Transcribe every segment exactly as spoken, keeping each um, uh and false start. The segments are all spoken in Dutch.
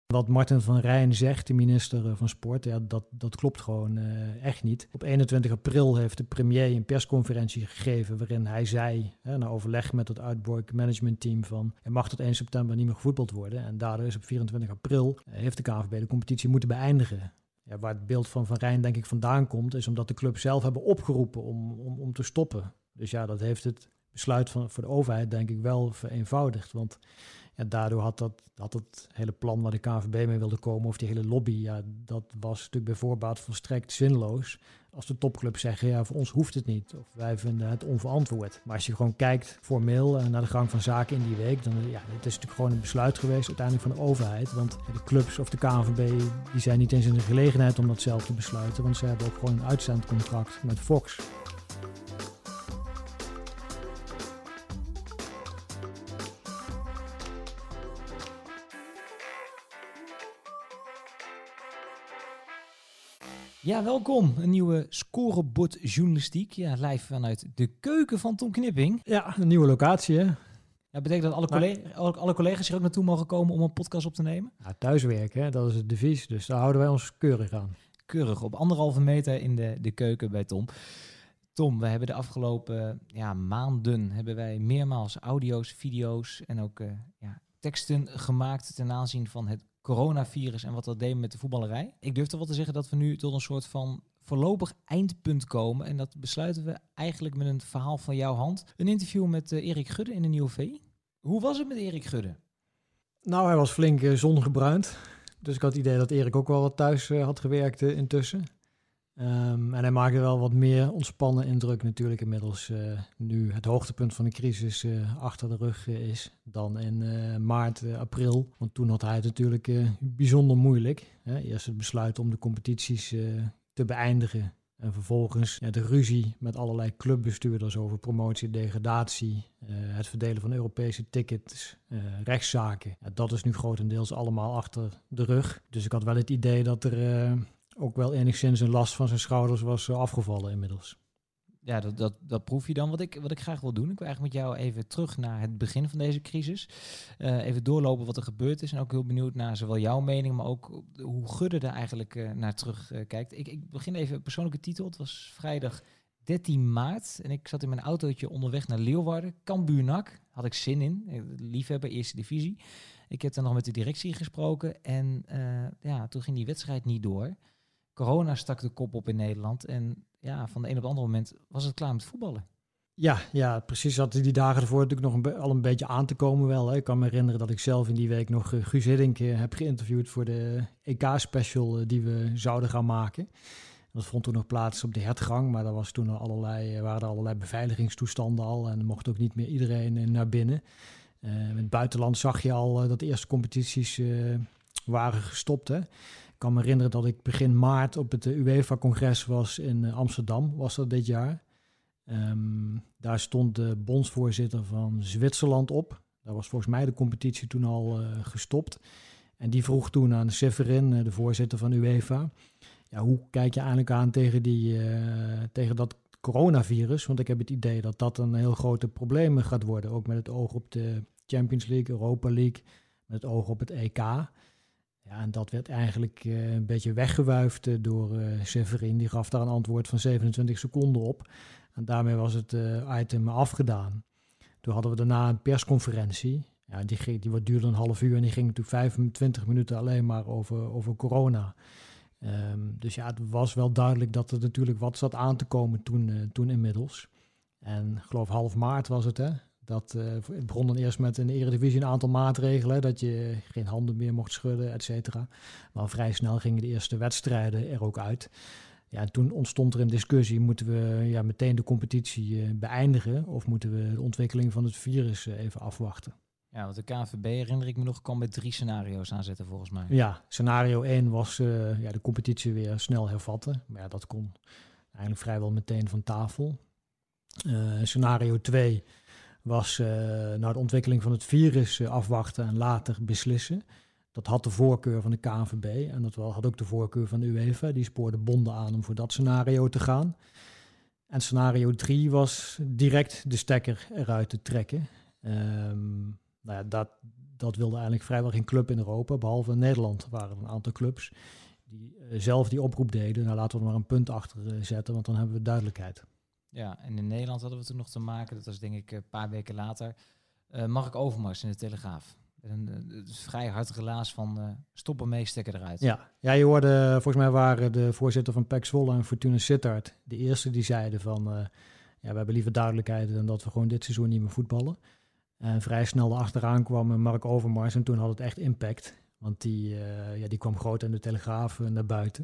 Wat Martin van Rijn zegt, de minister van Sport, ja, dat, dat klopt gewoon uh, echt niet. Op eenentwintig april heeft de premier een persconferentie gegeven waarin hij zei, hè, na overleg met het Uitborg managementteam, van er mag tot één september niet meer gevoetbald worden. En daardoor is op vierentwintig april uh, heeft de K N V B de competitie moeten beëindigen. Ja, waar het beeld van Van Rijn denk ik vandaan komt, is omdat de club zelf hebben opgeroepen om, om, om te stoppen. Dus ja, dat heeft het besluit van, voor de overheid denk ik wel vereenvoudigd. Want ja, daardoor had, dat, had het hele plan waar de K N V B mee wilde komen, of die hele lobby, ja, dat was natuurlijk bij voorbaat volstrekt zinloos. Als de topclubs zeggen, ja, voor ons hoeft het niet, of wij vinden het onverantwoord. Maar als je gewoon kijkt formeel uh, naar de gang van zaken in die week, dan ja, het is natuurlijk gewoon een besluit geweest uiteindelijk van de overheid. Want de clubs of de K N V B, die zijn niet eens in de gelegenheid om dat zelf te besluiten, want ze hebben ook gewoon een uitzendcontract met Fox. Ja, welkom. Een nieuwe scorebordjournalistiek. Ja, live vanuit de keuken van Tom Knipping. Ja, een nieuwe locatie, hè? Ja, betekent dat alle, collega- alle, alle collega's hier ook naartoe mogen komen om een podcast op te nemen? Ja, thuiswerken, hè? Dat is het devies. Dus daar houden wij ons keurig aan. Keurig, op anderhalve meter in de, de keuken bij Tom. Tom, we hebben de afgelopen ja, maanden hebben wij meermaals audio's, video's en ook uh, ja, teksten gemaakt ten aanzien van het coronavirus en wat dat deed met de voetballerij. Ik durf toch wel te zeggen dat we nu tot een soort van voorlopig eindpunt komen. En dat besluiten we eigenlijk met een verhaal van jouw hand. Een interview met uh, Erik Gudde in de Nieuwe V. Hoe was het met Erik Gudde? Nou, hij was flink uh, zongebruind. Dus ik had het idee dat Erik ook wel wat thuis uh, had gewerkt uh, intussen. Um, en hij maakte wel wat meer ontspannen indruk natuurlijk inmiddels uh, nu het hoogtepunt van de crisis uh, achter de rug uh, is dan in uh, maart, uh, april. Want toen had hij het natuurlijk uh, bijzonder moeilijk. Hè? Eerst het besluit om de competities uh, te beëindigen. En vervolgens ja, de ruzie met allerlei clubbestuurders over promotie, degradatie, uh, het verdelen van Europese tickets, uh, rechtszaken. Ja, dat is nu grotendeels allemaal achter de rug. Dus ik had wel het idee dat er uh, ook wel enigszins een last van zijn schouders was uh, afgevallen inmiddels. Ja, dat, dat, dat proef je dan. Wat ik, wat ik graag wil doen, ik wil eigenlijk met jou even terug naar het begin van deze crisis. Uh, even doorlopen wat er gebeurd is. En ook heel benieuwd naar zowel jouw mening, maar ook hoe Gudde er eigenlijk uh, naar terug uh, kijkt. Ik, ik begin even een persoonlijke titel. Het was vrijdag dertien maart en ik zat in mijn autootje onderweg naar Leeuwarden. Cambuur N A C, had ik zin in. Liefhebber, eerste divisie. Ik heb dan nog met de directie gesproken en uh, ja, toen ging die wedstrijd niet door. Corona stak de kop op in Nederland en ja, van de een op het andere moment was het klaar met voetballen. Ja, ja, precies. Had die dagen ervoor natuurlijk nog een be- al een beetje aan te komen wel. Hè. Ik kan me herinneren dat ik zelf in die week nog uh, Guus Hiddink uh, heb geïnterviewd voor de E K-special uh, die we zouden gaan maken. Dat vond toen nog plaats op de Hertgang, maar daar was toen allerlei, uh, waren er allerlei beveiligingstoestanden al en er mocht ook niet meer iedereen uh, naar binnen. Uh, in het buitenland zag je al uh, dat de eerste competities uh, waren gestopt, hè. Ik kan me herinneren dat ik begin maart op het UEFA-congres was in Amsterdam, was dat dit jaar. Um, daar stond de bondsvoorzitter van Zwitserland op. Daar was volgens mij de competitie toen al uh, gestopt. En die vroeg toen aan Severin, de voorzitter van UEFA, ja, hoe kijk je eigenlijk aan tegen, die, uh, tegen dat coronavirus? Want ik heb het idee dat dat een heel grote probleem gaat worden. Ook met het oog op de Champions League, Europa League, met het oog op het E K. Ja, en dat werd eigenlijk uh, een beetje weggewuifd uh, door uh, Severin. Die gaf daar een antwoord van zevenentwintig seconden op. En daarmee was het uh, item afgedaan. Toen hadden we daarna een persconferentie. Ja, die, die wat duurde een half uur en die ging natuurlijk vijfentwintig minuten alleen maar over, over corona. Um, dus ja, het was wel duidelijk dat er natuurlijk wat zat aan te komen toen, uh, toen inmiddels. En ik geloof half maart was het, hè. Dat, uh, het begon dan eerst met in de Eredivisie een aantal maatregelen, dat je geen handen meer mocht schudden, et cetera. Maar vrij snel gingen de eerste wedstrijden er ook uit. Ja, en toen ontstond er een discussie, moeten we ja, meteen de competitie uh, beëindigen of moeten we de ontwikkeling van het virus uh, even afwachten? Ja, want de K N V B, herinner ik me nog, kan met drie scenario's aanzetten volgens mij. Ja, scenario één was uh, ja, de competitie weer snel hervatten. Maar ja, dat kon eigenlijk vrijwel meteen van tafel. Uh, scenario twee was uh, nou, de ontwikkeling van het virus uh, afwachten en later beslissen. Dat had de voorkeur van de K N V B en dat had ook de voorkeur van de UEFA. Die spoorde bonden aan om voor dat scenario te gaan. En scenario drie was direct de stekker eruit te trekken. Um, Nou ja, dat, dat wilde eigenlijk vrijwel geen club in Europa, behalve in Nederland waren er een aantal clubs die uh, zelf die oproep deden. Nou, laten we er maar een punt achter uh, zetten, want dan hebben we duidelijkheid. Ja, en in Nederland hadden we toen nog te maken, dat was denk ik een paar weken later, uh, Mark Overmars in de Telegraaf. Een, een vrij hard relaas van uh, stop ermee, stekker eruit. Ja. ja, je hoorde, volgens mij waren de voorzitter van P E C Zwolle en Fortuna Sittard de eerste die zeiden van, uh, ja, we hebben liever duidelijkheid dan dat we gewoon dit seizoen niet meer voetballen. En vrij snel erachteraan kwam Mark Overmars en toen had het echt impact. Want die, uh, ja, die kwam groot in de Telegraaf uh, naar buiten.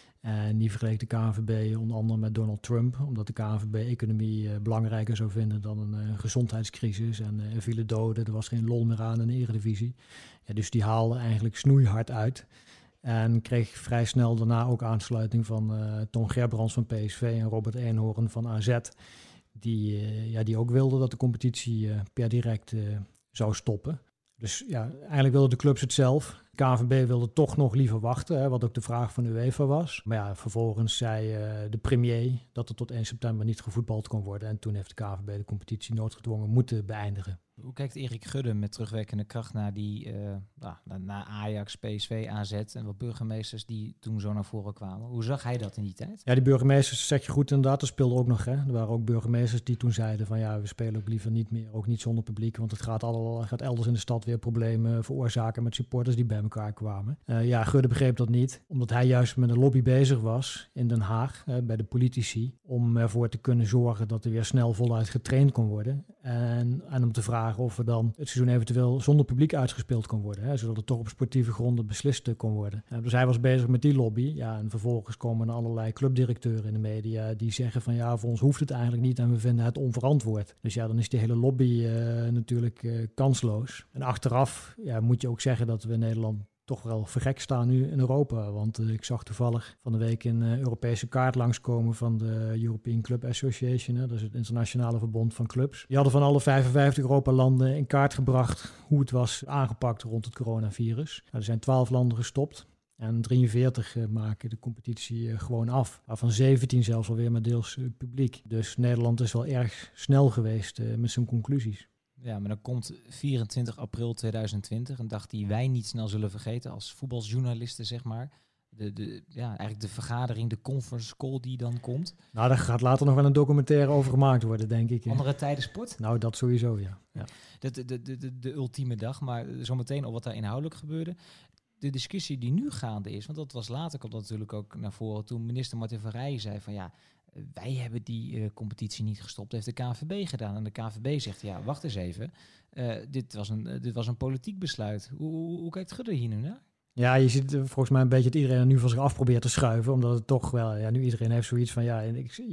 En die vergeleek de K N V B onder andere met Donald Trump, omdat de K N V B economie uh, belangrijker zou vinden dan een uh, gezondheidscrisis. En uh, er vielen doden, er was geen lol meer aan in de Eredivisie. Ja, dus die haalde eigenlijk snoeihard uit. En kreeg vrij snel daarna ook aansluiting van uh, Ton Gerbrands van P S V en Robert Eenhoorn van A Z. Die, uh, ja, die ook wilden dat de competitie uh, per direct uh, zou stoppen. Dus ja, eigenlijk wilden de clubs het zelf. De K N V B wilde toch nog liever wachten, hè, wat ook de vraag van de UEFA was. Maar ja, vervolgens zei uh, de premier dat er tot één september niet gevoetbald kon worden. En toen heeft de K N V B de competitie noodgedwongen moeten beëindigen. Hoe kijkt Erik Gudde met terugwerkende kracht naar, die, uh, nou, naar Ajax, P S V, A Z en wat burgemeesters die toen zo naar voren kwamen? Hoe zag hij dat in die tijd? Ja, die burgemeesters, zeg je goed inderdaad, dat speelde ook nog. Hè. Er waren ook burgemeesters die toen zeiden van ja, we spelen ook liever niet meer, ook niet zonder publiek. Want het gaat, al, gaat elders in de stad weer problemen veroorzaken met supporters die bij elkaar kwamen. Uh, ja, Gudde begreep dat niet, omdat hij juist met een lobby bezig was in Den Haag, uh, bij de politici, om ervoor te kunnen zorgen dat er weer snel voluit getraind kon worden. En, en om te vragen of er dan het seizoen eventueel zonder publiek uitgespeeld kon worden. Hè, zodat het toch op sportieve gronden beslist kon worden. Uh, dus hij was bezig met die lobby. Ja, en vervolgens komen er allerlei clubdirecteuren in de media die zeggen van ja, voor ons hoeft het eigenlijk niet en we vinden het onverantwoord. Dus ja, dan is die hele lobby uh, natuurlijk uh, kansloos. En achteraf ja, moet je ook zeggen dat we in Nederland toch wel vergek staan nu in Europa. Want uh, ik zag toevallig van de week een uh, Europese kaart langskomen van de European Club Association. Hè, dat is het internationale verbond van clubs. Die hadden van alle vijfenvijftig Europa-landen in kaart gebracht hoe het was aangepakt rond het coronavirus. Nou, er zijn twaalf landen gestopt. En drieënveertig uh, maken de competitie uh, gewoon af. Waarvan zeventien zelfs alweer met deels uh, publiek. Dus Nederland is wel erg snel geweest uh, met zijn conclusies. Ja, maar dan komt vierentwintig april tweeduizend twintig, een dag die wij niet snel zullen vergeten als voetbaljournalisten, zeg maar. De, de, ja, eigenlijk de vergadering, de conference call die dan komt. Nou, daar gaat later nog wel een documentaire over gemaakt worden, denk ik. Andere tijden sport? Nou, dat sowieso, ja. ja. De, de, de, de, de, de ultieme dag, maar zometeen op wat daar inhoudelijk gebeurde. De discussie die nu gaande is, want dat was later, komt dat natuurlijk ook naar voren, toen minister Martin van Rij zei van ja, wij hebben die uh, competitie niet gestopt, heeft de K N V B gedaan. En de K N V B zegt, ja, wacht eens even, uh, dit, was een, uh, dit was een politiek besluit. Hoe, hoe, hoe kijkt Gudde hier nu naar? Ja, je ziet uh, volgens mij een beetje dat iedereen er nu van zich af probeert te schuiven, omdat het toch wel, ja, nu iedereen heeft zoiets van, ja, en ik,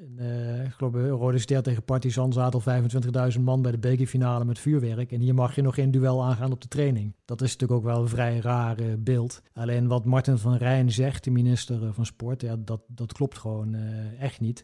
uh, ik geloof bij Rode Ster tegen Partizan zaten al vijfentwintigduizend man bij de bekerfinale met vuurwerk en hier mag je nog geen duel aangaan op de training. Dat is natuurlijk ook wel een vrij raar uh, beeld. Alleen wat Martin van Rijn zegt, de minister uh, van Sport, ja, dat, dat klopt gewoon uh, echt niet.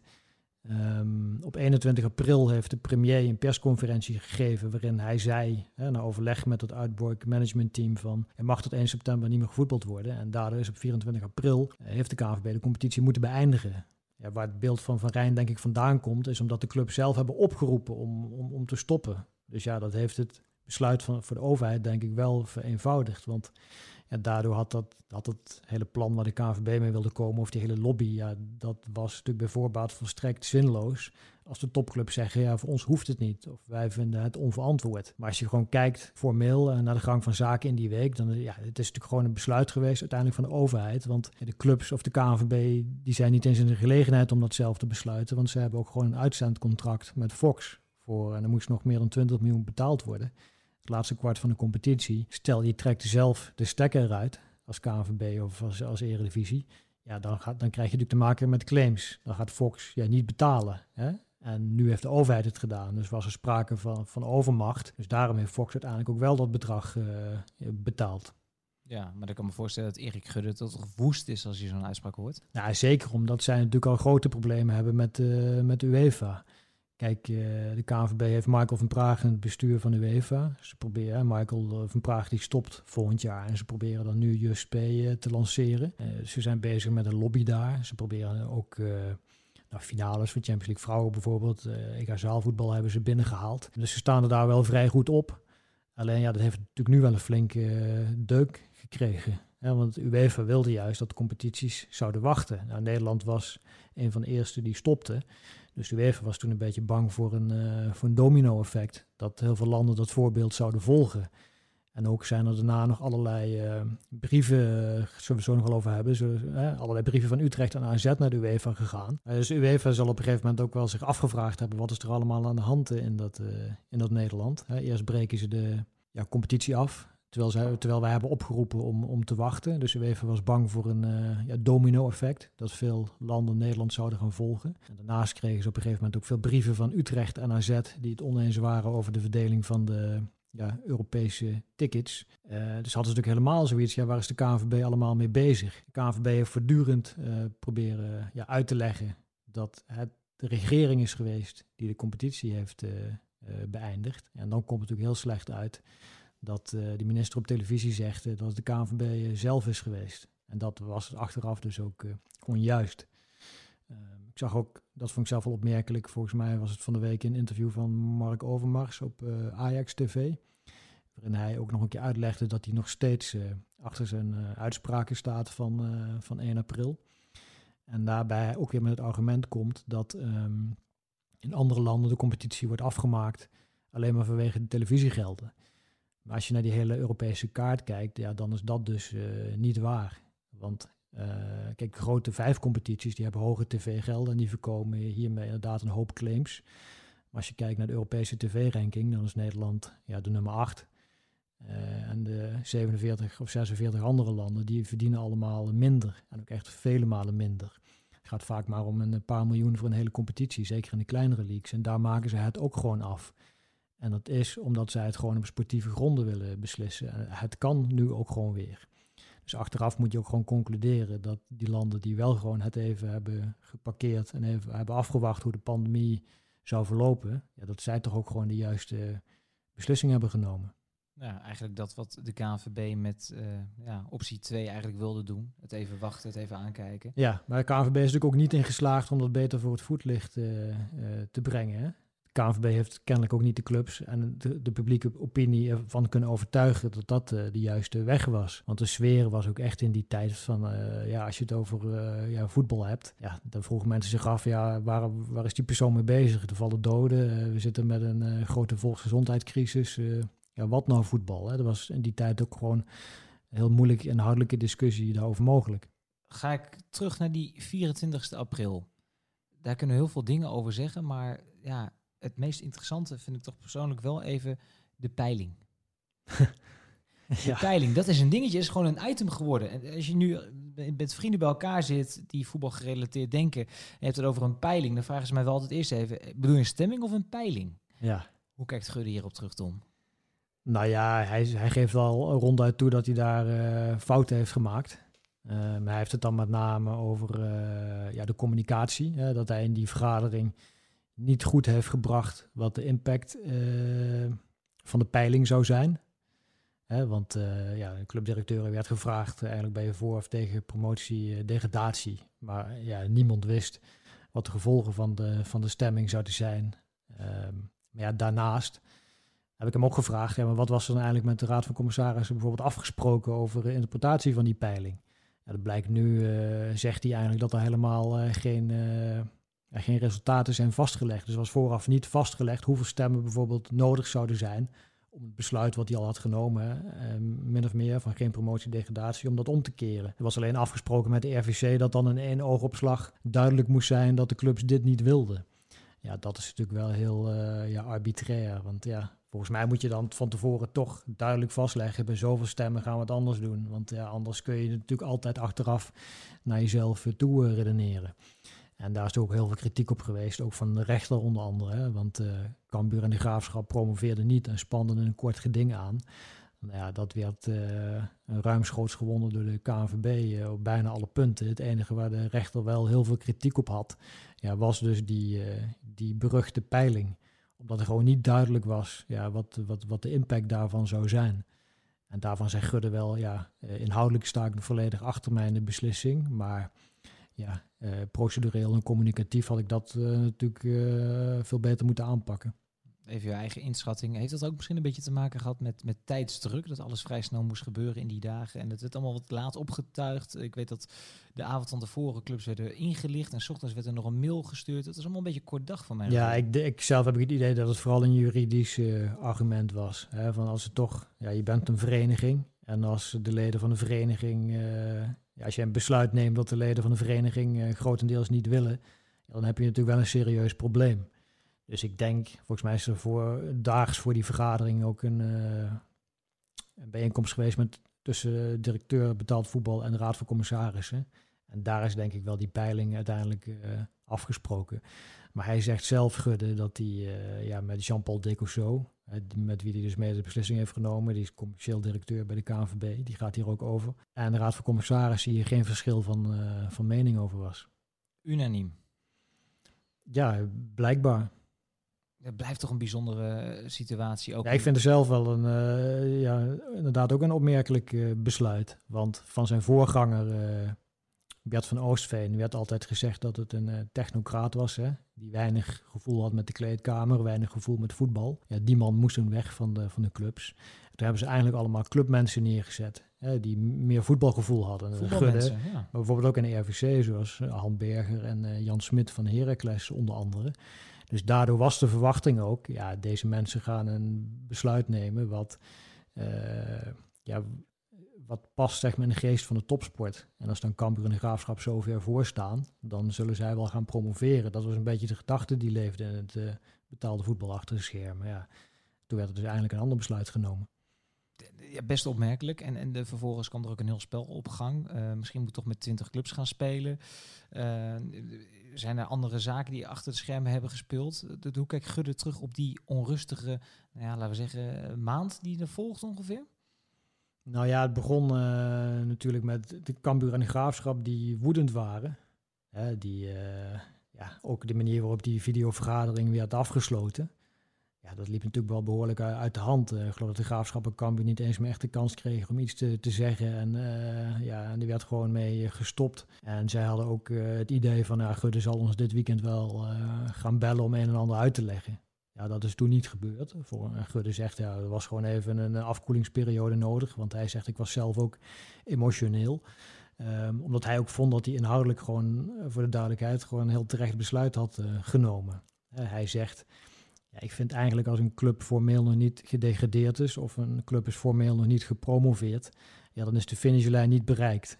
Um, op eenentwintig april heeft de premier een persconferentie gegeven waarin hij zei, hè, na overleg met het Uitborg managementteam, van er mag tot één september niet meer gevoetbald worden. En daardoor is op vierentwintig april uh, heeft de K N V B de competitie moeten beëindigen. Ja, waar het beeld van Van Rijn denk ik vandaan komt, is omdat de club zelf hebben opgeroepen om, om, om te stoppen. Dus ja, dat heeft het besluit van, voor de overheid denk ik wel vereenvoudigd. Want ja, daardoor had, dat, had het hele plan waar de K N V B mee wilde komen, of die hele lobby, ja, dat was natuurlijk bij voorbaat volstrekt zinloos. Als de topclubs zeggen, ja, voor ons hoeft het niet, of wij vinden het onverantwoord. Maar als je gewoon kijkt formeel uh, naar de gang van zaken in die week, dan ja, het is natuurlijk gewoon een besluit geweest uiteindelijk van de overheid. Want ja, de clubs of de K N V B, die zijn niet eens in de gelegenheid om dat zelf te besluiten, want ze hebben ook gewoon een uitzendcontract met Fox voor, en er moest nog meer dan twintig miljoen betaald worden. Het laatste kwart van de competitie. Stel, je trekt zelf de stekker eruit als K N V B of als, als Eredivisie. Ja, dan, gaat, dan krijg je natuurlijk te maken met claims. Dan gaat Fox ja, niet betalen. Hè? En nu heeft de overheid het gedaan. Dus was er sprake van, van overmacht. Dus daarom heeft Fox uiteindelijk ook wel dat bedrag uh, betaald. Ja, maar ik kan me voorstellen dat Erik Gudde toch woest is als je zo'n uitspraak hoort. Ja, zeker, omdat zij natuurlijk al grote problemen hebben met, uh, met de UEFA. Kijk, uh, de K N V B heeft Michael van Praag in het bestuur van de UEFA. Ze proberen, Michael van Praag die stopt volgend jaar en ze proberen dan nu Just P uh, te lanceren. Uh, ze zijn bezig met een lobby daar. Ze proberen ook uh, nou, finales van Champions League vrouwen bijvoorbeeld. Uh, E K zaalvoetbal hebben ze binnengehaald. Dus ze staan er daar wel vrij goed op. Alleen ja, dat heeft natuurlijk nu wel een flinke uh, deuk gekregen. Hè? Want UEFA wilde juist dat de competities zouden wachten. Nou, Nederland was een van de eerste die stopte. Dus de UEFA was toen een beetje bang voor een, uh, voor een domino-effect. Dat heel veel landen dat voorbeeld zouden volgen. En ook zijn er daarna nog allerlei uh, brieven, uh, zullen we zo nog wel over hebben, zo, uh, allerlei brieven van Utrecht en A Z naar de UEFA gegaan. Uh, dus de UEFA zal op een gegeven moment ook wel zich afgevraagd hebben, wat is er allemaal aan de hand in dat, uh, in dat Nederland. Uh, eerst breken ze de ja, competitie af, terwijl, zij, terwijl wij hebben opgeroepen om, om te wachten. Dus de UEFA was bang voor een uh, ja, domino-effect, dat veel landen Nederland zouden gaan volgen. En daarnaast kregen ze op een gegeven moment ook veel brieven van Utrecht en A Z die het oneens waren over de verdeling van de Ja, Europese tickets. Uh, dus hadden ze natuurlijk helemaal zoiets, ja, waar is de K N V B allemaal mee bezig? De K N V B heeft voortdurend uh, proberen ja, uit te leggen dat het de regering is geweest die de competitie heeft uh, uh, beëindigd. En dan komt het natuurlijk heel slecht uit dat uh, de minister op televisie zegt uh, dat het de K N V B uh, zelf is geweest. En dat was achteraf dus ook uh, gewoon juist. Uh, ik zag ook, dat vond ik zelf wel opmerkelijk, volgens mij was het van de week een interview van Mark Overmars op uh, Ajax T V, waarin hij ook nog een keer uitlegde dat hij nog steeds uh, achter zijn uh, uitspraken staat van, uh, van één april. En daarbij ook weer met het argument komt dat um, in andere landen de competitie wordt afgemaakt alleen maar vanwege de televisiegelden. Maar als je naar die hele Europese kaart kijkt, ja, dan is dat dus uh, niet waar. Want Uh, kijk, de grote vijf competities die hebben hoge tv-gelden en die voorkomen hiermee inderdaad een hoop claims. Maar als je kijkt naar de Europese tv-ranking, dan is Nederland ja, de nummer acht. Uh, en de zevenenveertig of zesenveertig andere landen, die verdienen allemaal minder. En ook echt vele malen minder. Het gaat vaak maar om een paar miljoen voor een hele competitie, zeker in de kleinere leagues. En daar maken ze het ook gewoon af. En dat is omdat zij het gewoon op sportieve gronden willen beslissen. En het kan nu ook gewoon weer. Dus achteraf moet je ook gewoon concluderen dat die landen die wel gewoon het even hebben geparkeerd en even hebben afgewacht hoe de pandemie zou verlopen, ja, dat zij toch ook gewoon de juiste beslissing hebben genomen. Ja, eigenlijk dat wat de K N V B met uh, ja, optie twee eigenlijk wilde doen. Het even wachten, het even aankijken. Ja, maar de K N V B is natuurlijk ook niet in geslaagd om dat beter voor het voetlicht uh, uh, te brengen, hè? De K N V B heeft kennelijk ook niet de clubs en de, de publieke opinie ervan kunnen overtuigen dat dat uh, de juiste weg was. Want de sfeer was ook echt in die tijd van, uh, ja, als je het over uh, ja, voetbal hebt, ja, dan vroegen mensen zich af, ja, waar, waar is die persoon mee bezig? Er vallen doden, uh, we zitten met een uh, grote volksgezondheidscrisis. Uh, ja, wat nou voetbal? Hè? Er was in die tijd ook gewoon een heel moeilijke inhoudelijke discussie daarover mogelijk. Ga ik terug naar die vierentwintigste april. Daar kunnen we heel veel dingen over zeggen, maar ja, het meest interessante vind ik toch persoonlijk wel even de peiling. De ja. peiling, dat is een dingetje, is gewoon een item geworden. En als je nu met vrienden bij elkaar zit die voetbal gerelateerd denken en je hebt het over een peiling, dan vragen ze mij wel altijd eerst even, bedoel je een stemming of een peiling? Ja. Hoe kijkt Gudde hierop terug, Tom? Nou ja, hij, hij geeft wel ronduit toe dat hij daar uh, fouten heeft gemaakt. Uh, maar hij heeft het dan met name over uh, ja, de communicatie. Hè, dat hij in die vergadering niet goed heeft gebracht wat de impact uh, van de peiling zou zijn. Hè, want uh, ja, de clubdirecteur werd gevraagd uh, eigenlijk ben je voor of tegen promotie uh, degradatie. Maar ja, niemand wist wat de gevolgen van de, van de stemming zouden zijn. Um, maar ja, daarnaast heb ik hem ook gevraagd, ja, maar wat was er dan eigenlijk met de Raad van Commissarissen bijvoorbeeld afgesproken over de interpretatie van die peiling? Ja, dat blijkt nu, uh, zegt hij eigenlijk dat er helemaal uh, geen, uh, geen resultaten zijn vastgelegd. Dus er was vooraf niet vastgelegd hoeveel stemmen bijvoorbeeld nodig zouden zijn om het besluit wat hij al had genomen, uh, min of meer van geen promotie-degradatie, om dat om te keren. Er was alleen afgesproken met de R V C dat dan in één oogopslag duidelijk moest zijn dat de clubs dit niet wilden. Ja, dat is natuurlijk wel heel uh, ja, arbitrair, want ja, volgens mij moet je dan van tevoren toch duidelijk vastleggen, bij zoveel stemmen gaan we het anders doen. Want ja, anders kun je natuurlijk altijd achteraf naar jezelf toe uh, redeneren. En daar is ook heel veel kritiek op geweest, ook van de rechter onder andere. Hè? Want uh, Cambuur en de Graafschap promoveerden niet en spanden een kort geding aan. Nou ja, dat werd uh, ruimschoots gewonnen door de K N V B uh, op bijna alle punten. Het enige waar de rechter wel heel veel kritiek op had, ja, was dus die, uh, die beruchte peiling. Omdat er gewoon niet duidelijk was ja, wat, wat, wat de impact daarvan zou zijn. En daarvan zegt Gudde wel, ja, inhoudelijk sta ik volledig achter mijn beslissing. Maar ja, uh, procedureel en communicatief had ik dat uh, natuurlijk uh, veel beter moeten aanpakken. Even je eigen inschatting. Heeft dat ook misschien een beetje te maken gehad met, met tijdsdruk? Dat alles vrij snel moest gebeuren in die dagen. En het werd allemaal wat laat opgetuigd. Ik weet dat de avond van tevoren clubs werden ingelicht. En 's ochtends werd er nog een mail gestuurd. Het was allemaal een beetje kort dag van mij. Ja, ik, ik zelf heb ik het idee dat het vooral een juridisch uh, argument was. Hè, van als het toch, ja, je bent een vereniging. En als de leden van de vereniging, uh, ja, als je een besluit neemt dat de leden van de vereniging uh, grotendeels niet willen, ja, dan heb je natuurlijk wel een serieus probleem. Dus ik denk, volgens mij is er voor, daags voor die vergadering ook een, uh, een bijeenkomst geweest met, tussen directeur betaald voetbal en de raad van commissarissen. En daar is denk ik wel die peiling uiteindelijk uh, afgesproken. Maar hij zegt zelf, Gudde, dat hij uh, ja, met Jean-Paul Decousseau, uh, met wie hij dus mede de beslissing heeft genomen, die is commercieel directeur bij de K N V B, die gaat hier ook over. En de raad van commissarissen hier geen verschil van, uh, van mening over was. Unaniem? Ja, blijkbaar. Het blijft toch een bijzondere situatie. Ook ja, ik vind het zelf wel een, uh, ja, inderdaad ook een opmerkelijk uh, besluit. Want van zijn voorganger, uh, Bert van Oostveen, werd altijd gezegd dat het een uh, technocraat was. Hè? Die weinig gevoel had met de kleedkamer, weinig gevoel met voetbal. Ja, die man moest toen weg van de, van de clubs. Toen hebben ze eigenlijk allemaal clubmensen neergezet. Hè, die meer voetbalgevoel hadden. Gudde, ja. Maar bijvoorbeeld ook in de R V C, zoals uh, Han Berger en uh, Jan Smit van Heracles onder andere. Dus daardoor was de verwachting ook, ja, deze mensen gaan een besluit nemen wat, uh, ja, wat past zeg maar in de geest van de topsport. En als dan Cambuur en de Graafschap zo ver voor staan, dan zullen zij wel gaan promoveren. Dat was een beetje de gedachte die leefde in het uh, betaalde voetbal achter de schermen. Ja, toen werd er dus eigenlijk een ander besluit genomen. Ja, best opmerkelijk. En, en de, vervolgens kwam er ook een heel spel op gang. Uh, misschien moet toch met twintig clubs gaan spelen. Uh, zijn er andere zaken die achter de schermen hebben gespeeld? De, hoe kijkt Gudde terug op die onrustige, nou ja, laten we zeggen, maand die er volgt ongeveer? Nou ja, het begon uh, natuurlijk met de Cambuur en de Graafschap die woedend waren. Hè, die, uh, ja, ook de manier waarop die videovergadering werd afgesloten. Ja, dat liep natuurlijk wel behoorlijk uit de hand. Uh, ik geloof dat de Graafschap en Cambuur niet eens meer echt de kans kregen om iets te, te zeggen. En uh, ja, en die werd gewoon mee gestopt. En zij hadden ook uh, het idee van, ja, Gudde zal ons dit weekend wel uh, gaan bellen om een en ander uit te leggen. Ja, dat is toen niet gebeurd. Voor, uh, Gudde zegt, ja, er was gewoon even een afkoelingsperiode nodig. Want hij zegt, ik was zelf ook emotioneel. Um, omdat hij ook vond dat hij inhoudelijk gewoon, uh, voor de duidelijkheid, gewoon een heel terecht besluit had uh, genomen. Uh, hij zegt... Ja, ik vind eigenlijk als een club formeel nog niet gedegradeerd is of een club is formeel nog niet gepromoveerd, ja, dan is de finishlijn niet bereikt.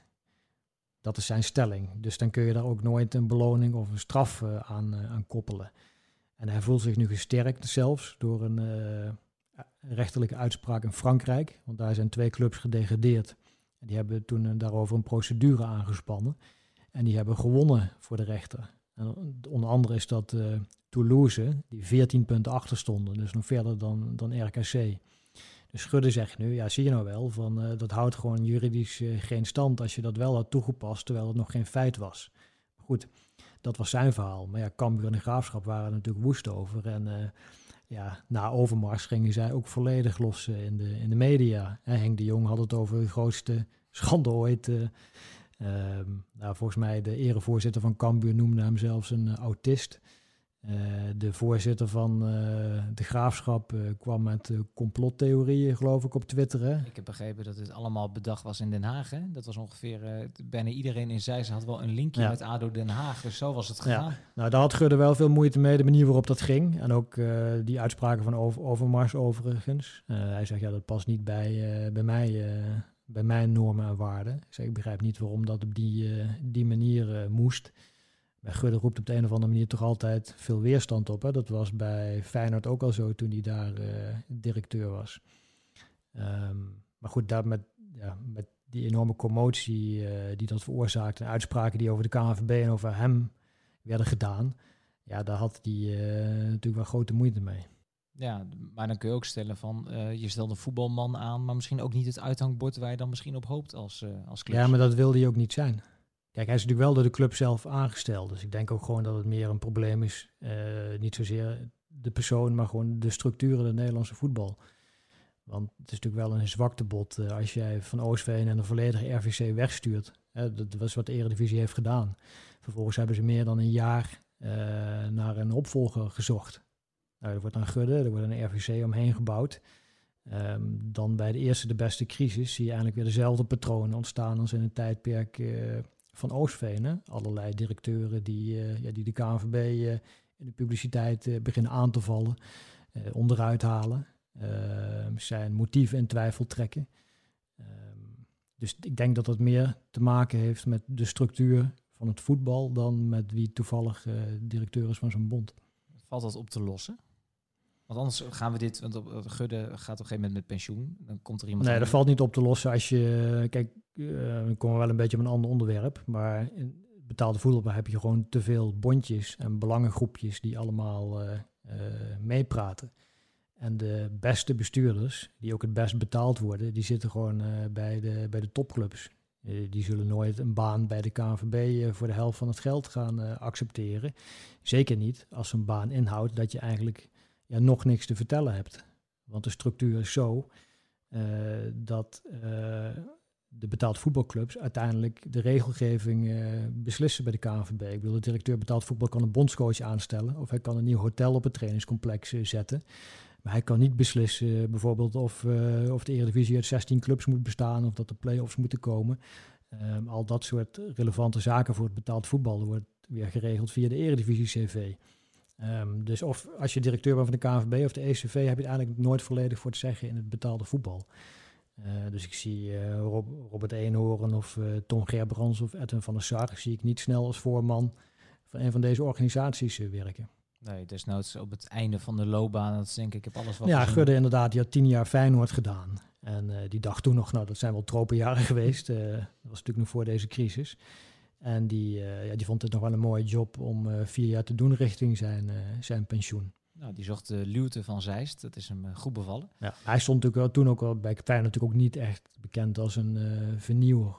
Dat is zijn stelling. Dus dan kun je daar ook nooit een beloning of een straf uh, aan, uh, aan koppelen. En hij voelt zich nu gesterkt zelfs door een uh, rechterlijke uitspraak in Frankrijk, want daar zijn twee clubs gedegradeerd. En die hebben toen uh, daarover een procedure aangespannen en die hebben gewonnen voor de rechter. En onder andere is dat uh, Toulouse, die veertien punten achter stonden, dus nog verder dan, dan R K C. Dus Gudde zegt nu, ja, zie je nou wel, van, uh, dat houdt gewoon juridisch uh, geen stand als je dat wel had toegepast, terwijl het nog geen feit was. Goed, dat was zijn verhaal. Maar ja, Cambuur en de Graafschap waren er natuurlijk woest over. En uh, ja, na Overmars gingen zij ook volledig los uh, in, de, in de media. En Henk de Jong had het over de grootste schande ooit. Uh, Uh, nou, volgens mij de erevoorzitter van Cambuur noemde hem zelfs een uh, autist. Uh, de voorzitter van uh, de Graafschap uh, kwam met uh, complottheorieën, geloof ik, op Twitter. Hè? Ik heb begrepen dat het allemaal bedacht was in Den Haag. Hè? Dat was ongeveer, uh, bijna iedereen in Zeist had wel een linkje ja. met A D O Den Haag. Dus zo was het gegaan. Ja. Nou, daar had Gudde wel veel moeite mee, de manier waarop dat ging. En ook uh, die uitspraken van over, Overmars overigens. Uh, hij zegt, ja, dat past niet bij, uh, bij mij... Uh, bij mijn normen en waarden. Ik, zeg, ik begrijp niet waarom dat op die, uh, die manier uh, moest. Bij Gudde roept op de een of andere manier toch altijd veel weerstand op. Hè? Dat was bij Feyenoord ook al zo toen hij daar uh, directeur was. Um, maar goed, daar met, ja, met die enorme commotie uh, die dat veroorzaakte en uitspraken die over de K N V B en over hem werden gedaan, ja, daar had hij uh, natuurlijk wel grote moeite mee. Ja, maar dan kun je ook stellen van, uh, je stelt een voetbalman aan, maar misschien ook niet het uithangbord waar je dan misschien op hoopt als, uh, als club. Ja, maar dat wilde hij ook niet zijn. Kijk, hij is natuurlijk wel door de club zelf aangesteld. Dus ik denk ook gewoon dat het meer een probleem is. Uh, niet zozeer de persoon, maar gewoon de structuren van het Nederlandse voetbal. Want het is natuurlijk wel een zwaktebod uh, als jij Van Oostveen en de volledige R V C wegstuurt. Uh, dat was wat de Eredivisie heeft gedaan. Vervolgens hebben ze meer dan een jaar uh, naar een opvolger gezocht. Nou, er wordt een Gudde, er wordt een R V C omheen gebouwd. Um, dan bij de eerste de beste crisis zie je eigenlijk weer dezelfde patronen ontstaan als in het tijdperk uh, van Oostveen. Hè? Allerlei directeuren die, uh, ja, die de K N V B uh, in de publiciteit uh, beginnen aan te vallen, uh, onderuit halen, uh, zijn motieven in twijfel trekken. Um, dus ik denk dat dat meer te maken heeft met de structuur van het voetbal dan met wie toevallig uh, directeur is van zo'n bond. Valt dat op te lossen? Want anders gaan we dit, want op, Gudde gaat op een gegeven moment met pensioen. Dan komt er iemand. Nee, dat valt niet op te lossen als je, kijk, uh, dan komen we wel een beetje op een ander onderwerp. Maar in betaalde voetbal heb je gewoon te veel bondjes en belangengroepjes die allemaal uh, uh, meepraten. En de beste bestuurders, die ook het best betaald worden, die zitten gewoon uh, bij, de, bij de topclubs. Uh, die zullen nooit een baan bij de K N V B uh, voor de helft van het geld gaan uh, accepteren. Zeker niet als een baan inhoudt dat je eigenlijk ja, nog niks te vertellen hebt. Want de structuur is zo uh, dat uh, de betaald voetbalclubs uiteindelijk de regelgeving uh, beslissen bij de K N V B. Ik bedoel, de directeur betaald voetbal kan een bondscoach aanstellen of hij kan een nieuw hotel op het trainingscomplex uh, zetten. Maar hij kan niet beslissen uh, bijvoorbeeld of, uh, of de Eredivisie uit zestien clubs moet bestaan of dat er play-offs moeten komen. Um, al dat soort relevante zaken voor het betaald voetbal wordt weer geregeld via de Eredivisie C V. Um, dus of als je directeur bent van de K N V B of de E C V, heb je eigenlijk nooit volledig voor te zeggen in het betaalde voetbal. Uh, dus ik zie uh, Rob, Robert Eenhoorn of uh, Tom Gerbrands of Edwin van der Sar, zie ik niet snel als voorman van een van deze organisaties uh, werken. Nee, desnoods op het einde van de loopbaan, dat is denk ik, ik heb alles wat Ja, gezien. Gudde inderdaad, die had tien jaar Feyenoord gedaan. En uh, die dacht toen nog, nou dat zijn wel tropenjaren geweest. Uh, dat was natuurlijk nog voor deze crisis. En die, uh, ja, die vond het nog wel een mooie job om uh, vier jaar te doen richting zijn, uh, zijn pensioen. Nou, die zocht de luwte van Zeist. Dat is hem uh, goed bevallen. Ja, hij stond natuurlijk wel, toen ook wel bij Feyenoord natuurlijk ook niet echt bekend als een uh, vernieuwer.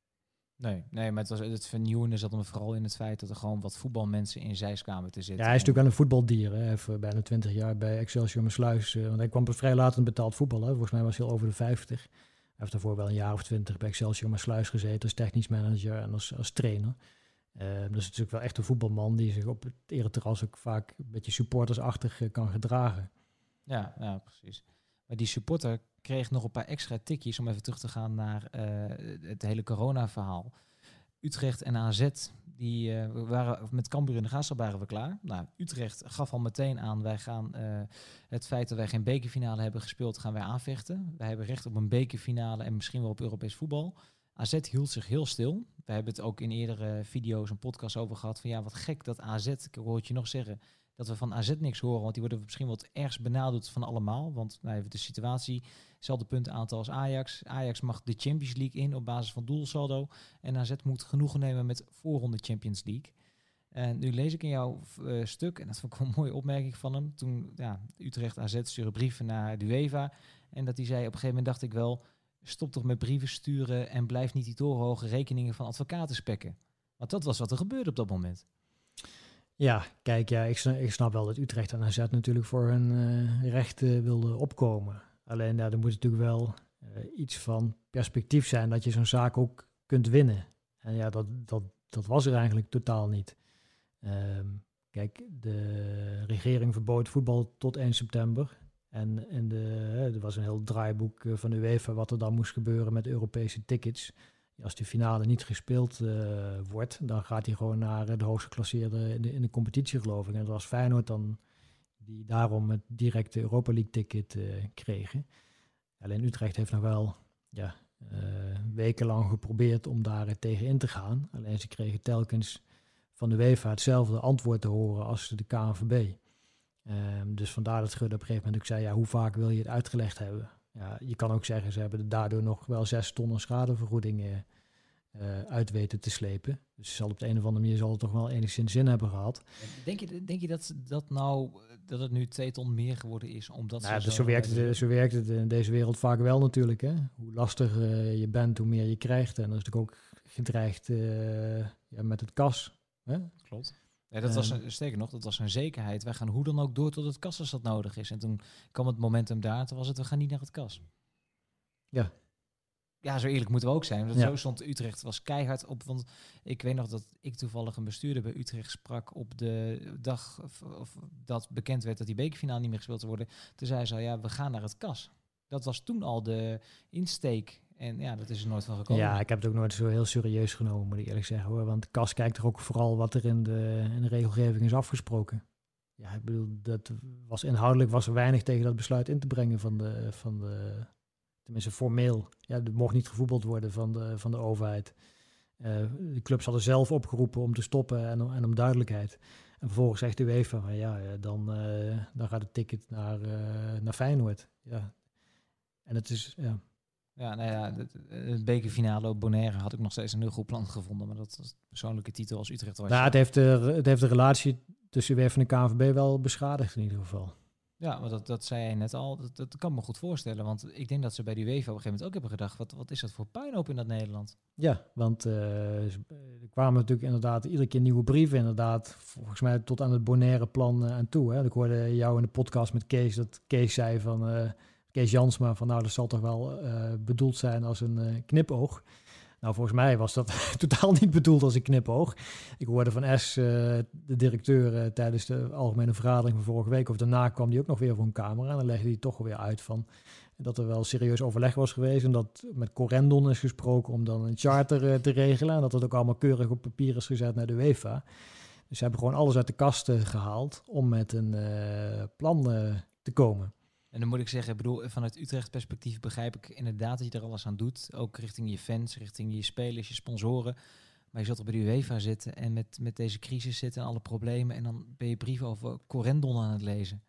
Nee, nee, maar het, was, het vernieuwende zat hem vooral in het feit dat er gewoon wat voetbalmensen in Zeist kwamen te zitten. Ja, hij is natuurlijk wel een voetbaldier. Hè. Hij heeft uh, bijna twintig jaar bij Excelsior Maassluis. Uh, want hij kwam vrij laat in betaald voetbal. Hè. Volgens mij was hij al over de vijftig. Hij heeft daarvoor wel een jaar of twintig bij Excelsior Maassluis gezeten als technisch manager en als, als trainer. Uh, dus het is natuurlijk wel echt een voetbalman die zich op het ereterras ook vaak een beetje supportersachtig uh, kan gedragen. Ja, ja, precies. Maar die supporter kreeg nog een paar extra tikjes om even terug te gaan naar uh, het hele corona-verhaal. Utrecht en A Z, die uh, we waren met Cambuur in de Graafschap waren we klaar. Nou, Utrecht gaf al meteen aan, wij gaan uh, het feit dat wij geen bekerfinale hebben gespeeld, gaan wij aanvechten. Wij hebben recht op een bekerfinale en misschien wel op Europees voetbal. A Z hield zich heel stil. We hebben het ook in eerdere video's en podcasts over gehad. Van ja, wat gek dat A Z, ik hoor het je nog zeggen, dat we van A Z niks horen. Want die worden misschien wel het ergst benadeeld van allemaal. Want nou, even de situatie, hetzelfde puntenaantal als Ajax. Ajax mag de Champions League in op basis van doelsaldo. En A Z moet genoegen nemen met voorronde Champions League. En nu lees ik in jouw uh, stuk, en dat vond ik wel een mooie opmerking van hem. Toen ja, Utrecht A Z stuurde brieven naar de UEFA. En dat hij zei, op een gegeven moment dacht ik wel, stop toch met brieven sturen en blijf niet die torenhoge rekeningen van advocaten spekken. Want dat was wat er gebeurde op dat moment. Ja, kijk, ja, ik, snap, ik snap wel dat Utrecht en A Z natuurlijk voor hun uh, rechten wilde opkomen. Alleen ja, er moet natuurlijk wel uh, iets van perspectief zijn dat je zo'n zaak ook kunt winnen. En ja, dat, dat, dat was er eigenlijk totaal niet. Um, kijk, de regering verbood voetbal tot één september. En in de, er was een heel draaiboek van de UEFA wat er dan moest gebeuren met Europese tickets. Als die finale niet gespeeld uh, wordt, dan gaat hij gewoon naar de hoogst geclasseerde in de, in de competitie, geloof ik. En dat was Feyenoord dan, die daarom het directe Europa League ticket uh, kregen. Alleen Utrecht heeft nog wel ja, uh, wekenlang geprobeerd om daar uh, tegen in te gaan. Alleen ze kregen telkens van de UEFA hetzelfde antwoord te horen als de K N V B. Um, dus vandaar dat Gudde op een gegeven moment ook zei, ja, hoe vaak wil je het uitgelegd hebben? Ja, je kan ook zeggen, ze hebben daardoor nog wel zes ton schadevergoeding uh, uh, uit weten te slepen. Dus zal op de een of andere manier zal het toch wel enigszins zin hebben gehad. Denk je, denk je dat, dat, nou, dat het nu twee ton meer geworden is? Omdat nou, ze dus zo, zo, werkt het, zo werkt het in deze wereld vaak wel natuurlijk. Hè? Hoe lastiger uh, je bent, hoe meer je krijgt. En dat is natuurlijk ook gedreigd uh, ja, met het kas. Hè? Klopt. Ja, dat was een, sterker nog, dat was een zekerheid. Wij gaan hoe dan ook door tot het kas als dat nodig is. En toen kwam het momentum daar, toen was het, we gaan niet naar het kas. Ja. ja, zo eerlijk moeten we ook zijn. Want Ja. Zo stond Utrecht was keihard op. Want ik weet nog dat ik toevallig een bestuurder bij Utrecht sprak op de dag of, of dat bekend werd dat die bekerfinale niet meer gespeeld zou worden. Toen zei ze al, ja, we gaan naar het K A S. Dat was toen al de insteek. En ja, dat is er nooit van gekomen. Ja, ik heb het ook nooit zo heel serieus genomen, moet ik eerlijk zeggen hoor. Want K A S kijkt toch ook vooral wat er in de, in de regelgeving is afgesproken. Ja, ik bedoel, dat was inhoudelijk was er weinig tegen dat besluit in te brengen van de, van de tenminste formeel. Ja, er mocht niet gevoetbald worden van de, van de overheid. Uh, de clubs hadden zelf opgeroepen om te stoppen en, en om duidelijkheid. En vervolgens zegt de UEFA van ja, dan, uh, dan gaat het ticket naar, uh, naar Feyenoord. Ja. En het is, ja... Ja, nou ja, het, het bekerfinale op Bonaire had ik nog steeds een heel goed plan gevonden. Maar dat was de persoonlijke titel als Utrecht was. Nou, het heeft, de, het heeft de relatie tussen UEFA en de K N V B wel beschadigd in ieder geval. Ja, maar dat, dat zei jij net al. Dat, dat kan me goed voorstellen. Want ik denk dat ze bij die UEFA op een gegeven moment ook hebben gedacht... wat, wat is dat voor puinhoop in dat Nederland? Ja, want uh, er kwamen natuurlijk inderdaad iedere keer nieuwe brieven. Inderdaad, volgens mij tot aan het Bonaire plan uh, aan toe. Hè. Ik hoorde jou in de podcast met Kees, dat Kees zei van... Uh, Kees Jansma van nou, dat zal toch wel uh, bedoeld zijn als een uh, knipoog. Nou, volgens mij was dat totaal niet bedoeld als een knipoog. Ik hoorde van S, uh, de directeur, uh, tijdens de algemene vergadering van vorige week... of daarna kwam die ook nog weer voor een camera. En dan legde hij toch weer uit van dat er wel serieus overleg was geweest... en dat met Corendon is gesproken om dan een charter uh, te regelen... en dat het ook allemaal keurig op papier is gezet naar de UEFA. Dus ze hebben gewoon alles uit de kast uh, gehaald om met een uh, plan uh, te komen. En dan moet ik zeggen, ik bedoel, vanuit Utrecht perspectief begrijp ik inderdaad dat je er alles aan doet. Ook richting je fans, richting je spelers, je sponsoren. Maar je zult er bij de UEFA zitten en met, met deze crisis zitten en alle problemen. En dan ben je brieven over Corendon aan het lezen.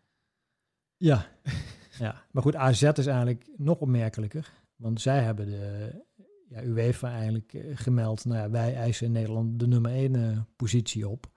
Ja, ja. Maar goed, A Z is eigenlijk nog opmerkelijker. Want zij hebben de ja, UEFA eigenlijk uh, gemeld. Nou ja, wij eisen in Nederland de nummer één uh, positie op.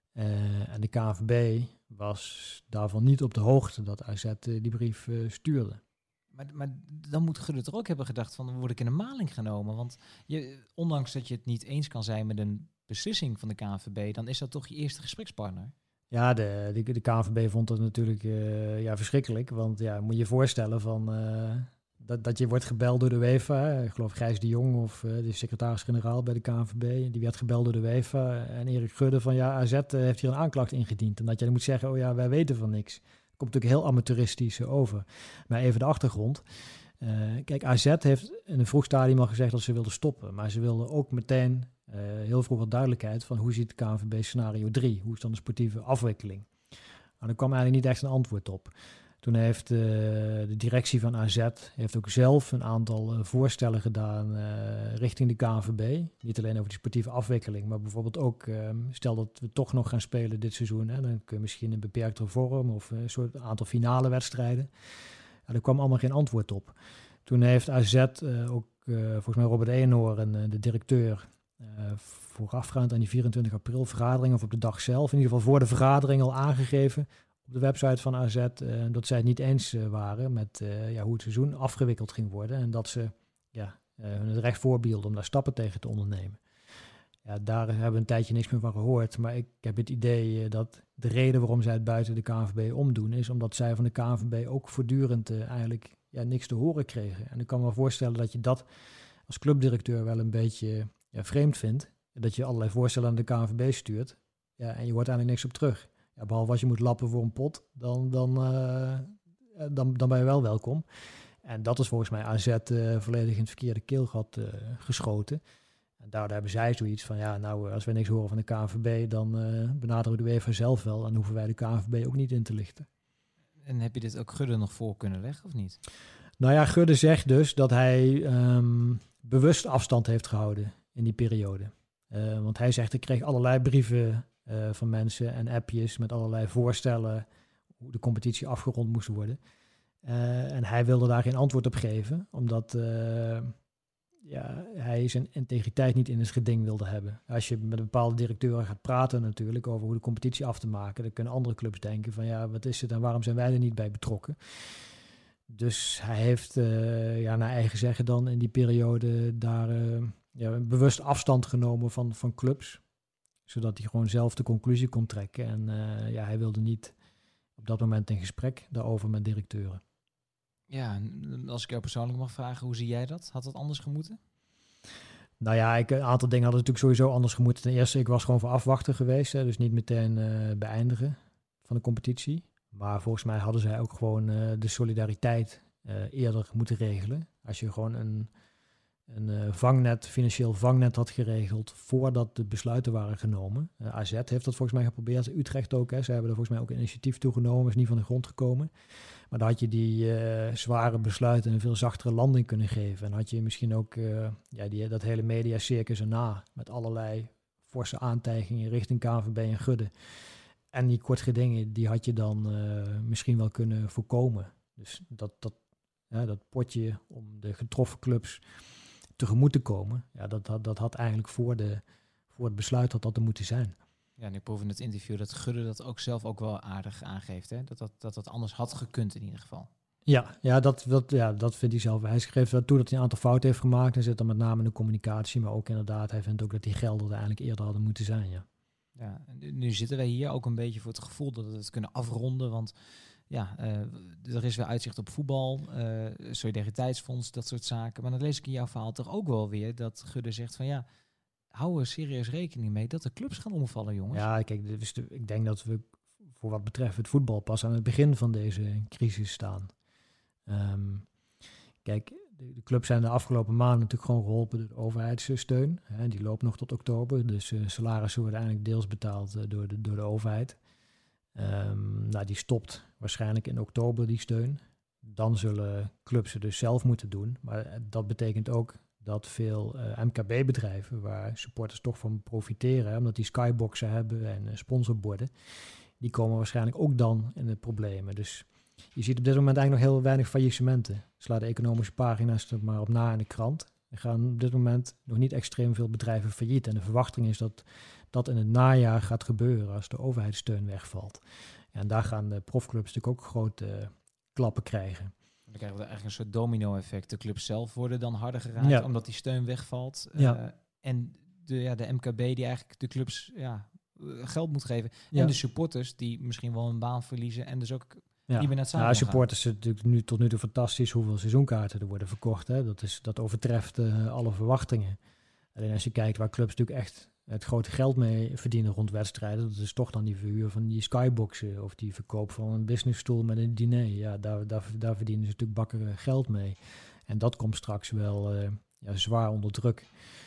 Uh, en de K N V B was daarvan niet op de hoogte dat A Z uh, die brief uh, stuurde. Maar, maar dan moet Gudde er ook hebben gedacht van, dan word ik in een maling genomen. Want je, ondanks dat je het niet eens kan zijn met een beslissing van de K N V B, dan is dat toch je eerste gesprekspartner? Ja, de, de, de K N V B vond dat natuurlijk uh, ja, verschrikkelijk. Want ja, moet je je voorstellen van... Uh, Dat, dat je wordt gebeld door de UEFA. Ik geloof Gijs de Jong of uh, de secretaris-generaal bij de K N V B. Die werd gebeld door de UEFA. En Erik Gudde van ja, A Z uh, heeft hier een aanklacht ingediend. En dat je dan moet zeggen, oh ja, wij weten van niks. Dat komt natuurlijk heel amateuristisch over. Maar even de achtergrond. Uh, kijk, A Z heeft in een vroeg stadium al gezegd dat ze wilden stoppen. Maar ze wilden ook meteen uh, heel vroeg wat duidelijkheid van hoe ziet de K N V B scenario drie? Hoe is dan de sportieve afwikkeling? Maar er kwam eigenlijk niet echt een antwoord op. Toen heeft uh, de directie van A Z heeft ook zelf een aantal uh, voorstellen gedaan uh, richting de K N V B. Niet alleen over die sportieve afwikkeling, maar bijvoorbeeld ook, uh, stel dat we toch nog gaan spelen dit seizoen, hè, dan kun je misschien in beperkte vorm of een soort aantal finale wedstrijden. Ja, er kwam allemaal geen antwoord op. Toen heeft A Z uh, ook, uh, volgens mij Robert Eenhoorn, uh, de directeur, uh, voorafgaand aan die vierentwintig april vergadering, of op de dag zelf, in ieder geval voor de vergadering al aangegeven op de website van A Z, uh, dat zij het niet eens uh, waren met uh, ja, hoe het seizoen afgewikkeld ging worden. En dat ze ja, uh, hun het recht voorbeelden om daar stappen tegen te ondernemen. Ja, daar hebben we een tijdje niks meer van gehoord. Maar ik heb het idee uh, dat de reden waarom zij het buiten de K N V B omdoen, is omdat zij van de K N V B ook voortdurend uh, eigenlijk ja, niks te horen kregen. En ik kan me wel voorstellen dat je dat als clubdirecteur wel een beetje ja, vreemd vindt. Dat je allerlei voorstellen aan de K N V B stuurt ja, en je hoort eigenlijk niks op terug. Ja, behalve als je moet lappen voor een pot, dan, dan, uh, dan, dan ben je wel welkom. En dat is volgens mij A Z uh, volledig in het verkeerde keelgat uh, geschoten. En daardoor hebben zij zoiets van, ja, nou, als we niks horen van de K N V B, dan uh, benaderen we de UEFA zelf wel. En hoeven wij de K N V B ook niet in te lichten. En heb je dit ook Gudde nog voor kunnen leggen, of niet? Nou ja, Gudde zegt dus dat hij um, bewust afstand heeft gehouden in die periode. Uh, want hij zegt, ik kreeg allerlei brieven Uh, van mensen en appjes met allerlei voorstellen hoe de competitie afgerond moest worden. Uh, en hij wilde daar geen antwoord op geven, omdat uh, ja, hij zijn integriteit niet in het geding wilde hebben. Als je met een bepaalde directeur gaat praten natuurlijk over hoe de competitie af te maken, dan kunnen andere clubs denken van ja, wat is het en waarom zijn wij er niet bij betrokken? Dus hij heeft uh, ja, naar eigen zeggen dan in die periode daar uh, ja, bewust afstand genomen van, van clubs, zodat hij gewoon zelf de conclusie kon trekken. En uh, ja, hij wilde niet op dat moment in gesprek daarover met directeuren. Ja, als ik jou persoonlijk mag vragen, hoe zie jij dat? Had dat anders gemoeten? Nou ja, ik, een aantal dingen hadden natuurlijk sowieso anders gemoeten. Ten eerste, ik was gewoon voor afwachten geweest. Hè, dus niet meteen uh, beëindigen van de competitie. Maar volgens mij hadden zij ook gewoon uh, de solidariteit uh, eerder moeten regelen. Als je gewoon een, een uh, vangnet, financieel vangnet had geregeld voordat de besluiten waren genomen. Uh, A Z heeft dat volgens mij geprobeerd. Utrecht ook. Hè. Ze hebben er volgens mij ook een initiatief toegenomen. Is niet van de grond gekomen. Maar dan had je die uh, zware besluiten een veel zachtere landing kunnen geven. En had je misschien ook uh, ja, die, dat hele mediacircus erna. Met allerlei forse aantijgingen richting K N V B en Gudde. En die kort gedingen, die had je dan uh, misschien wel kunnen voorkomen. Dus dat, dat, ja, dat potje om de getroffen clubs tegemoet te komen. Ja, dat, dat, dat had eigenlijk voor, de, voor het besluit had dat er moeten zijn. Ja, en ik proef in het interview dat Gudde dat ook zelf ook wel aardig aangeeft. Hè? Dat, dat, dat dat anders had gekund in ieder geval. Ja, ja, dat, dat, ja, dat vindt hij zelf. Hij schreef wel toe dat hij een aantal fouten heeft gemaakt. En zit dan met name in de communicatie. Maar ook inderdaad, hij vindt ook dat die gelden er eigenlijk eerder hadden moeten zijn. Ja, ja nu zitten wij hier ook een beetje voor het gevoel dat we het kunnen afronden. Want ja, uh, er is weer uitzicht op voetbal, uh, solidariteitsfonds, dat soort zaken. Maar dan lees ik in jouw verhaal toch ook wel weer dat Gudde zegt van ja, hou er serieus rekening mee dat de clubs gaan omvallen, jongens. Ja, kijk, dus de, ik denk dat we voor wat betreft het voetbal pas aan het begin van deze crisis staan. Um, kijk, de, de clubs zijn de afgelopen maanden natuurlijk gewoon geholpen door de overheidssteun. Hè, die loopt nog tot oktober, dus uh, salarissen worden eigenlijk deels betaald uh, door, de, door de overheid. Um, nou, die stopt waarschijnlijk in oktober, die steun. Dan zullen clubs het dus zelf moeten doen. Maar uh, dat betekent ook dat veel uh, M K B-bedrijven, waar supporters toch van profiteren, hè, omdat die skyboxen hebben en uh, sponsorborden, die komen waarschijnlijk ook dan in de problemen. Dus je ziet op dit moment eigenlijk nog heel weinig faillissementen. Sla de economische pagina's er maar op na in de krant. Er gaan op dit moment nog niet extreem veel bedrijven failliet. En de verwachting is dat dat in het najaar gaat gebeuren als de overheidssteun wegvalt. En daar gaan de profclubs natuurlijk ook grote uh, klappen krijgen. Dan krijgen we eigenlijk een soort domino-effect. De clubs zelf worden dan harder geraakt, ja, omdat die steun wegvalt. Ja. Uh, en de, ja, de M K B die eigenlijk de clubs ja, geld moet geven. Ja. En de supporters die misschien wel een baan verliezen en dus ook ja. niet meer naar het ja, supporters zijn natuurlijk nu tot nu toe fantastisch hoeveel seizoenkaarten er worden verkocht. Hè. Dat, is, dat overtreft uh, alle verwachtingen. Alleen als je kijkt waar clubs natuurlijk echt het grote geld mee verdienen rond wedstrijden, dat is toch dan die verhuur van die skyboxen of die verkoop van een businessstoel met een diner. Ja, daar, daar, daar verdienen ze natuurlijk bakken geld mee. En dat komt straks wel uh, ja, zwaar onder druk.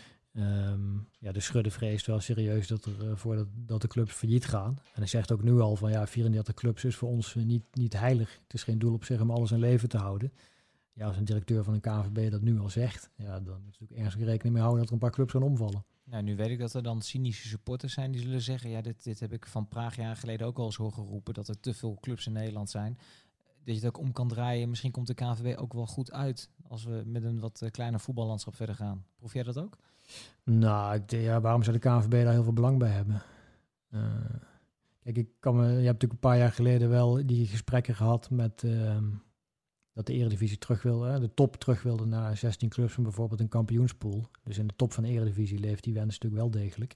Um, ja, de Schudde vreest wel serieus dat er uh, voor dat, dat de clubs failliet gaan. En hij zegt ook nu al van ja, vierendertig clubs is voor ons uh, niet, niet heilig. Het is geen doel op zich om alles in leven te houden. Ja, als een directeur van een K N V B dat nu al zegt, ja, dan moet je natuurlijk ergens rekening mee houden dat er een paar clubs gaan omvallen. Nou, nu weet ik dat er dan cynische supporters zijn die zullen zeggen, ja, dit, dit heb ik van Praag jaren geleden ook al eens horen geroepen, dat er te veel clubs in Nederland zijn. Dat je het ook om kan draaien. Misschien komt de K N V B ook wel goed uit als we met een wat uh, kleiner voetballandschap verder gaan. Proef jij dat ook? Nou, ik, ja, waarom zou de K N V B daar heel veel belang bij hebben? Uh, kijk, ik kan me, je hebt natuurlijk een paar jaar geleden wel die gesprekken gehad met uh, dat de Eredivisie terug wilde, hè, de top terug wilde naar zestien clubs van bijvoorbeeld een kampioenspool. Dus in de top van de Eredivisie leeft die wens natuurlijk wel degelijk.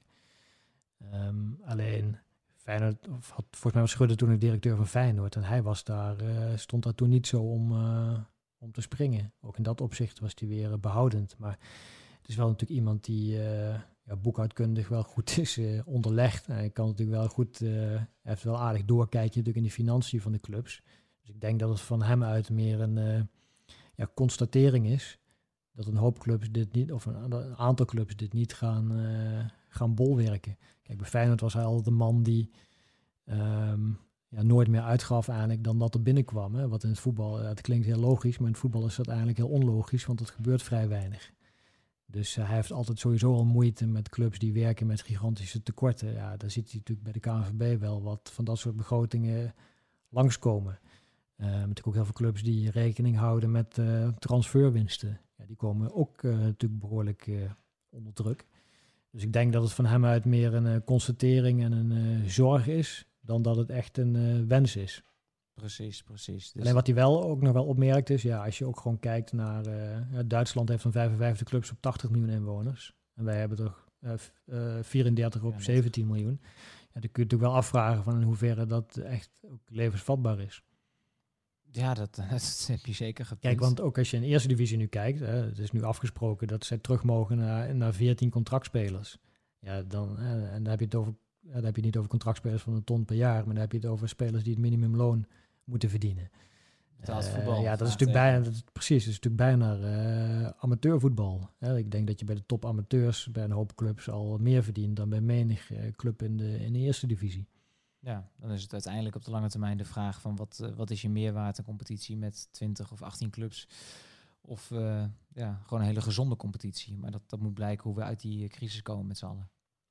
Um, alleen Feyenoord, of had, volgens mij was Schudde toen de directeur van Feyenoord en hij was daar, uh, stond daar toen niet zo om, uh, om te springen. Ook in dat opzicht was hij weer uh, behoudend. Maar het is wel natuurlijk iemand die uh, ja, boekhoudkundig wel goed is uh, onderlegd. Hij kan natuurlijk wel goed, uh, hij heeft wel aardig doorkijken natuurlijk in de financiën van de clubs. Dus ik denk dat het van hem uit meer een uh, ja, constatering is dat een hoop clubs dit niet, of een, een aantal clubs dit niet gaan, uh, gaan bolwerken. Kijk, bij Feyenoord was hij al de man die um, ja, nooit meer uitgaf eigenlijk dan dat er binnenkwam. Hè. Wat in het voetbal, uh, het klinkt heel logisch, maar in het voetbal is dat eigenlijk heel onlogisch, want het gebeurt vrij weinig. Dus uh, hij heeft altijd sowieso al moeite met clubs die werken met gigantische tekorten. Ja, daar ziet hij natuurlijk bij de K N V B wel wat van dat soort begrotingen langskomen. Uh, natuurlijk ook heel veel clubs die rekening houden met uh, transferwinsten. Ja, die komen ook uh, natuurlijk behoorlijk uh, onder druk. Dus ik denk dat het van hem uit meer een uh, constatering en een uh, zorg is, dan dat het echt een uh, wens is. Precies, precies. Dus alleen wat hij wel ook nog wel opmerkt is, ja, als je ook gewoon kijkt naar, uh, ja, Duitsland heeft dan vijfenvijftig clubs op tachtig miljoen inwoners. En wij hebben er uh, uh, vierendertig op ja, zeventien miljoen. Ja, dan kun je natuurlijk wel afvragen van in hoeverre dat echt ook levensvatbaar is. Ja, dat, dat heb je zeker gepunt. Kijk, want ook als je in de eerste divisie nu kijkt, hè, het is nu afgesproken dat zij terug mogen naar, naar veertien contractspelers. Ja, dan, hè, en dan heb je het over, ja, dan heb je het niet over contractspelers van een ton per jaar, maar dan heb je het over spelers die het minimumloon moeten verdienen. Betaald Uh, voetbal. ja, dat is natuurlijk bijna, dat is, precies, dat is natuurlijk bijna uh, amateurvoetbal. Hè. Ik denk dat je bij de top amateurs, bij een hoop clubs, al meer verdient dan bij menig uh, club in de, in de eerste divisie. Ja, dan is het uiteindelijk op de lange termijn de vraag van wat, uh, wat is je meerwaarde, een competitie met twintig of achttien clubs. Of uh, ja, gewoon een hele gezonde competitie. Maar dat, dat moet blijken hoe we uit die uh, crisis komen met z'n allen.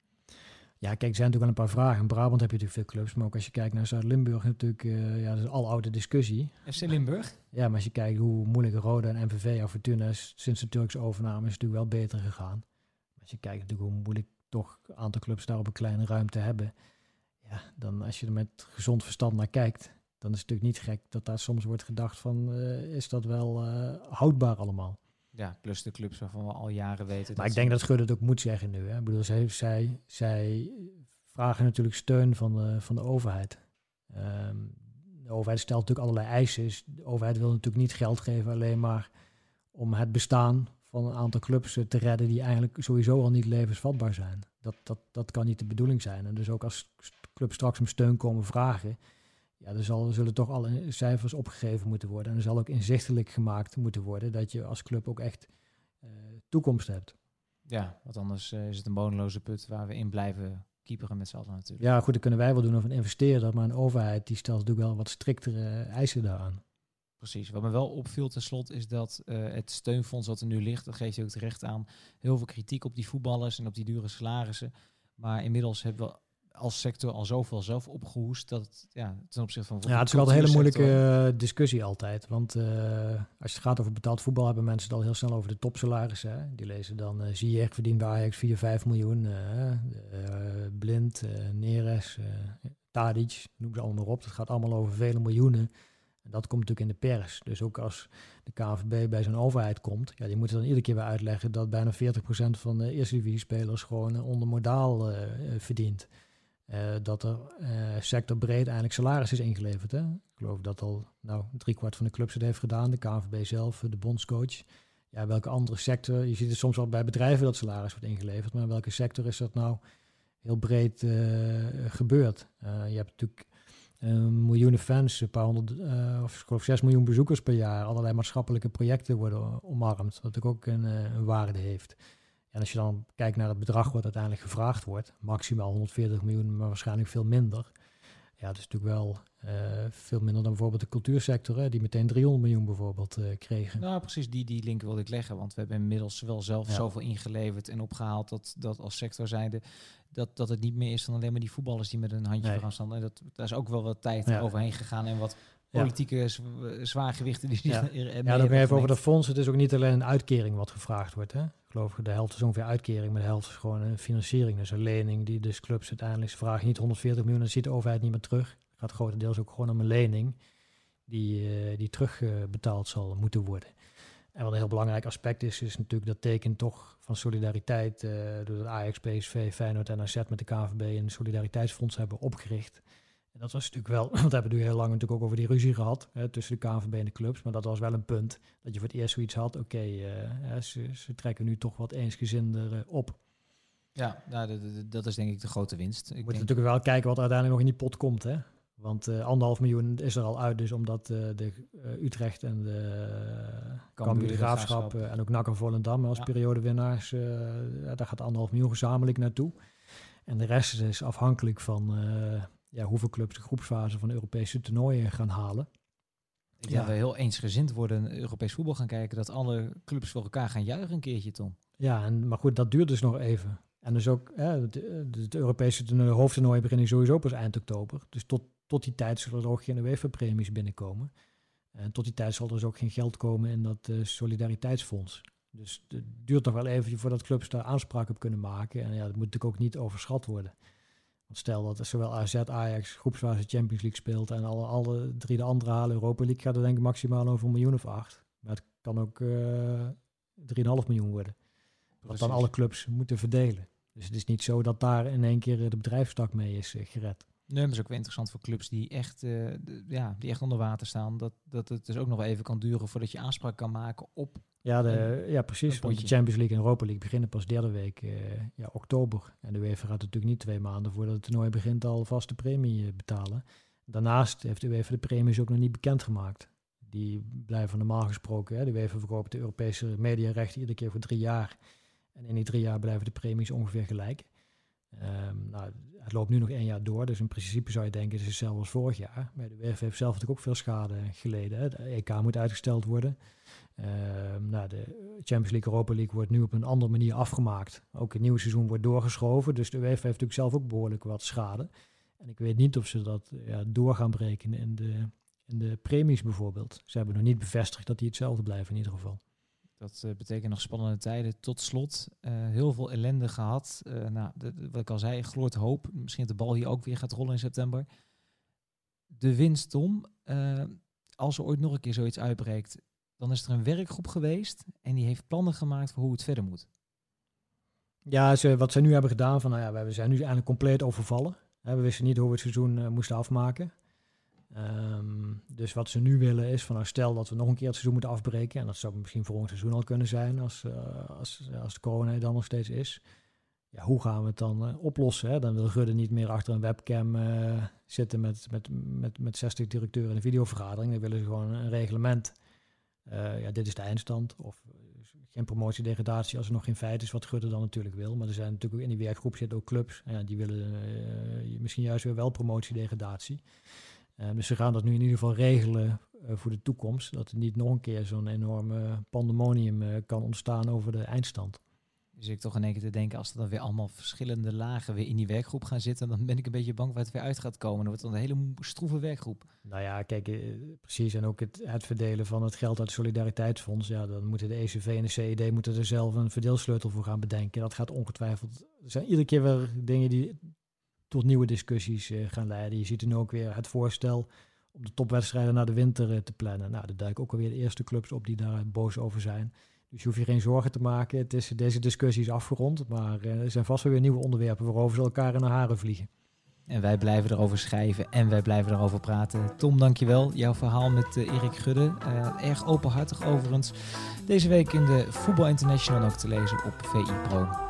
Ja, kijk, er zijn natuurlijk wel een paar vragen. In Brabant heb je natuurlijk veel clubs, maar ook als je kijkt naar Zuid-Limburg natuurlijk, uh, ja, dat is een aloude discussie. F C Limburg? Ja, maar als je kijkt hoe moeilijk Roda en M V V of Fortuna is, sinds de Turkse overname is het natuurlijk wel beter gegaan. Als je kijkt natuurlijk hoe moeilijk toch een aantal clubs daar op een kleine ruimte hebben. Ja, dan als je er met gezond verstand naar kijkt, dan is het natuurlijk niet gek dat daar soms wordt gedacht van, uh, is dat wel uh, houdbaar allemaal? Ja, plus de clubs waarvan we al jaren weten. Maar ik denk dat Schudde het ook moet zeggen nu. Hè? Ik bedoel, zij, zij, zij vragen natuurlijk steun van de, van de overheid. Um, de overheid stelt natuurlijk allerlei eisen. Dus de overheid wil natuurlijk niet geld geven alleen maar om het bestaan van een aantal clubs te redden die eigenlijk sowieso al niet levensvatbaar zijn. Dat, dat, dat kan niet de bedoeling zijn. En dus ook als clubs straks om steun komen vragen, ja, er zal, zullen toch alle cijfers opgegeven moeten worden. En er zal ook inzichtelijk gemaakt moeten worden dat je als club ook echt uh, toekomst hebt. Ja, want anders uh, is het een bodemloze put waar we in blijven keeperen met z'n allen natuurlijk. Ja, goed, dat kunnen wij wel doen of een investeerder, maar een overheid die stelt natuurlijk wel wat striktere eisen daaraan. Precies. Wat me wel opviel ten slotte is dat uh, het steunfonds wat er nu ligt, dat geeft je ook terecht aan, heel veel kritiek op die voetballers en op die dure salarissen. Maar inmiddels hebben we als sector al zoveel zelf opgehoest dat het, ja, ten opzichte van... Ja, het is wel een hele moeilijke uh, discussie altijd. Want uh, als het gaat over betaald voetbal, hebben mensen het al heel snel over de topsalarissen. Hè? Die lezen dan, uh, Ziyech verdient bij Ajax vier, vijf miljoen. Uh, uh, Blind, uh, Neres, uh, Tadic, noem ze allemaal op. Het gaat allemaal over vele miljoenen. En dat komt natuurlijk in de pers. Dus ook als de K N V B bij zo'n overheid komt, ja, die moeten dan iedere keer weer uitleggen dat bijna veertig procent van de eerste divisie spelers gewoon uh, onder modaal uh, verdient. Uh, dat er uh, sectorbreed eigenlijk salaris is ingeleverd. Hè? Ik geloof dat al nou, driekwart van de clubs het heeft gedaan. De K N V B zelf, de bondscoach. Ja, welke andere sector? Je ziet het soms wel bij bedrijven dat salaris wordt ingeleverd. Maar in welke sector is dat nou heel breed uh, gebeurd? Uh, je hebt natuurlijk uh, miljoenen fans, een paar honderd, uh, of ik geloof zes miljoen bezoekers per jaar. Allerlei maatschappelijke projecten worden omarmd. Wat natuurlijk ook een, uh, een waarde heeft. En als je dan kijkt naar het bedrag wat uiteindelijk gevraagd wordt, maximaal honderdveertig miljoen, maar waarschijnlijk veel minder. Ja, dat is natuurlijk wel uh, veel minder dan bijvoorbeeld de cultuursector, hè, die meteen driehonderd miljoen bijvoorbeeld uh, kregen. Nou, precies, die, die link wilde ik leggen, want we hebben inmiddels wel zelf ja. zoveel ingeleverd en opgehaald dat, dat als sector zijnde, dat, dat het niet meer is dan alleen maar die voetballers die met een handje nee. eraan staan. En dat, daar is ook wel wat tijd ja. overheen gegaan en wat politieke ja. zwaargewichten die ja. ja, dan ben je even over de fonds. Het is ook niet alleen een uitkering wat gevraagd wordt. Hè? Ik geloof de helft is ongeveer uitkering, maar de helft is gewoon een financiering. Dus een lening die dus clubs uiteindelijk ze vragen niet honderdveertig miljoen, dan ziet de overheid niet meer terug. Het gaat grotendeels ook gewoon om een lening die, uh, die terugbetaald uh, zal moeten worden. En wat een heel belangrijk aspect is, is natuurlijk dat teken toch van solidariteit uh, doordat Ajax, P S V, Feyenoord en A Z met de K N V B een solidariteitsfonds hebben opgericht. En dat was natuurlijk wel, want we hebben nu heel lang natuurlijk ook over die ruzie gehad hè, tussen de K N V B en de clubs. Maar dat was wel een punt dat je voor het eerst zoiets had. Oké, okay, uh, ze, ze trekken nu toch wat eensgezinder uh, op. Ja, nou, dat, dat is denk ik de grote winst. We moeten natuurlijk wel kijken wat er uiteindelijk nog in die pot komt. Hè? Want uh, anderhalf miljoen is er al uit. Dus omdat uh, de uh, Utrecht en de uh, Cambuur, de Graafschap uh, en ook N A C en Volendam als ja. periodewinnaars. Uh, ja, daar gaat anderhalf miljoen gezamenlijk naartoe. En de rest is afhankelijk van... Uh, Ja, hoeveel clubs de groepsfase van de Europese toernooien gaan halen. Ik denk dat we heel eensgezind worden Europees voetbal gaan kijken, dat alle clubs voor elkaar gaan juichen een keertje, Tom. Ja, en, maar goed, dat duurt dus nog even. En dus ook, hè, het, het Europese toernooi, hoofdtoernooi beginnen sowieso pas eind oktober. Dus tot, tot die tijd zullen er ook geen UEFA-premies binnenkomen. En tot die tijd zal er dus ook geen geld komen in dat uh, solidariteitsfonds. Dus het duurt nog wel even voordat clubs daar aanspraak op kunnen maken. En ja, dat moet natuurlijk ook niet overschat worden. Want stel dat zowel A Z, Ajax, groepsfase Champions League speelt en alle, alle drie de andere halen Europa League, gaat er denk ik maximaal over een miljoen of acht. Maar het kan ook uh, drie komma vijf miljoen worden. Wat dan alle clubs moeten verdelen. Dus het is niet zo dat daar in één keer de bedrijfstak mee is uh, gered. Nee, maar is ook wel interessant voor clubs die echt, uh, de, ja, die echt onder water staan. Dat, dat het dus ook nog wel even kan duren voordat je aanspraak kan maken op... Ja, de, ja precies. Want de Champions League en Europa League beginnen pas derde week uh, ja, oktober. En de UEFA gaat natuurlijk niet twee maanden voordat het toernooi begint al vast de premie uh, betalen. Daarnaast heeft de UEFA de premies ook nog niet bekendgemaakt. Die blijven normaal gesproken. Hè. De UEFA verkoopt de Europese mediarechten iedere keer voor drie jaar. En in die drie jaar blijven de premies ongeveer gelijk. Um, nou, het loopt nu nog één jaar door, dus in principe zou je denken, het is hetzelfde als vorig jaar. Maar de UEFA heeft zelf natuurlijk ook veel schade geleden. Hè. De E K moet uitgesteld worden. Um, nou, de Champions League, Europa League wordt nu op een andere manier afgemaakt. Ook het nieuwe seizoen wordt doorgeschoven, dus de UEFA heeft natuurlijk zelf ook behoorlijk wat schade. En ik weet niet of ze dat ja, door gaan berekenen in de, in de premies bijvoorbeeld. Ze hebben nog niet bevestigd dat die hetzelfde blijven in ieder geval. Dat uh, betekent nog spannende tijden. Tot slot, uh, heel veel ellende gehad. Uh, nou, de, de, wat ik al zei, gloort hoop. Misschien dat de bal hier ook weer gaat rollen in september. De winst, Tom. Uh, als er ooit nog een keer zoiets uitbreekt, dan is er een werkgroep geweest en die heeft plannen gemaakt voor hoe het verder moet. Ja, ze, wat ze nu hebben gedaan, van, nou ja, we zijn nu eigenlijk compleet overvallen. Hè, we wisten niet hoe we het seizoen uh, moesten afmaken. Um, dus wat ze nu willen is van nou, stel dat we nog een keer het seizoen moeten afbreken. En dat zou misschien volgend seizoen al kunnen zijn als, uh, als, als de corona er dan nog steeds is. Ja, hoe gaan we het dan uh, oplossen? Hè? Dan wil Gudde niet meer achter een webcam uh, zitten met, met, met, met zestig directeuren in een videovergadering. Dan willen ze gewoon een reglement. Uh, ja, dit is de eindstand. Of uh, geen promotiedegradatie als er nog geen feit is wat Gudde dan natuurlijk wil. Maar er zijn natuurlijk ook in die werkgroep zitten ook clubs. Ja, die willen uh, misschien juist weer wel promotiedegradatie. Uh, dus ze gaan dat nu in ieder geval regelen uh, voor de toekomst. Dat er niet nog een keer zo'n enorme pandemonium uh, kan ontstaan over de eindstand. Dus ik toch in één keer te denken, als er dan weer allemaal verschillende lagen weer in die werkgroep gaan zitten, dan ben ik een beetje bang waar het weer uit gaat komen. Dan wordt het dan een hele stroeve werkgroep. Nou ja, kijk, uh, precies. En ook het, het verdelen van het geld uit het Solidariteitsfonds. Ja, dan moeten de E C V en de C E D moeten er zelf een verdeelsleutel voor gaan bedenken. Dat gaat ongetwijfeld. Er zijn iedere keer weer dingen die tot nieuwe discussies uh, gaan leiden. Je ziet er nu ook weer het voorstel om de topwedstrijden naar de winter uh, te plannen. Nou, er duiken ook alweer de eerste clubs op die daar boos over zijn. Dus je hoeft je geen zorgen te maken. Het is, deze discussie is afgerond, maar uh, er zijn vast wel weer nieuwe onderwerpen waarover ze elkaar in de haren vliegen. En wij blijven erover schrijven en wij blijven erover praten. Tom, dankjewel. Jouw verhaal met uh, Erik Gudde. Uh, erg openhartig overigens. Deze week in de Voetbal International ook te lezen op V I Pro.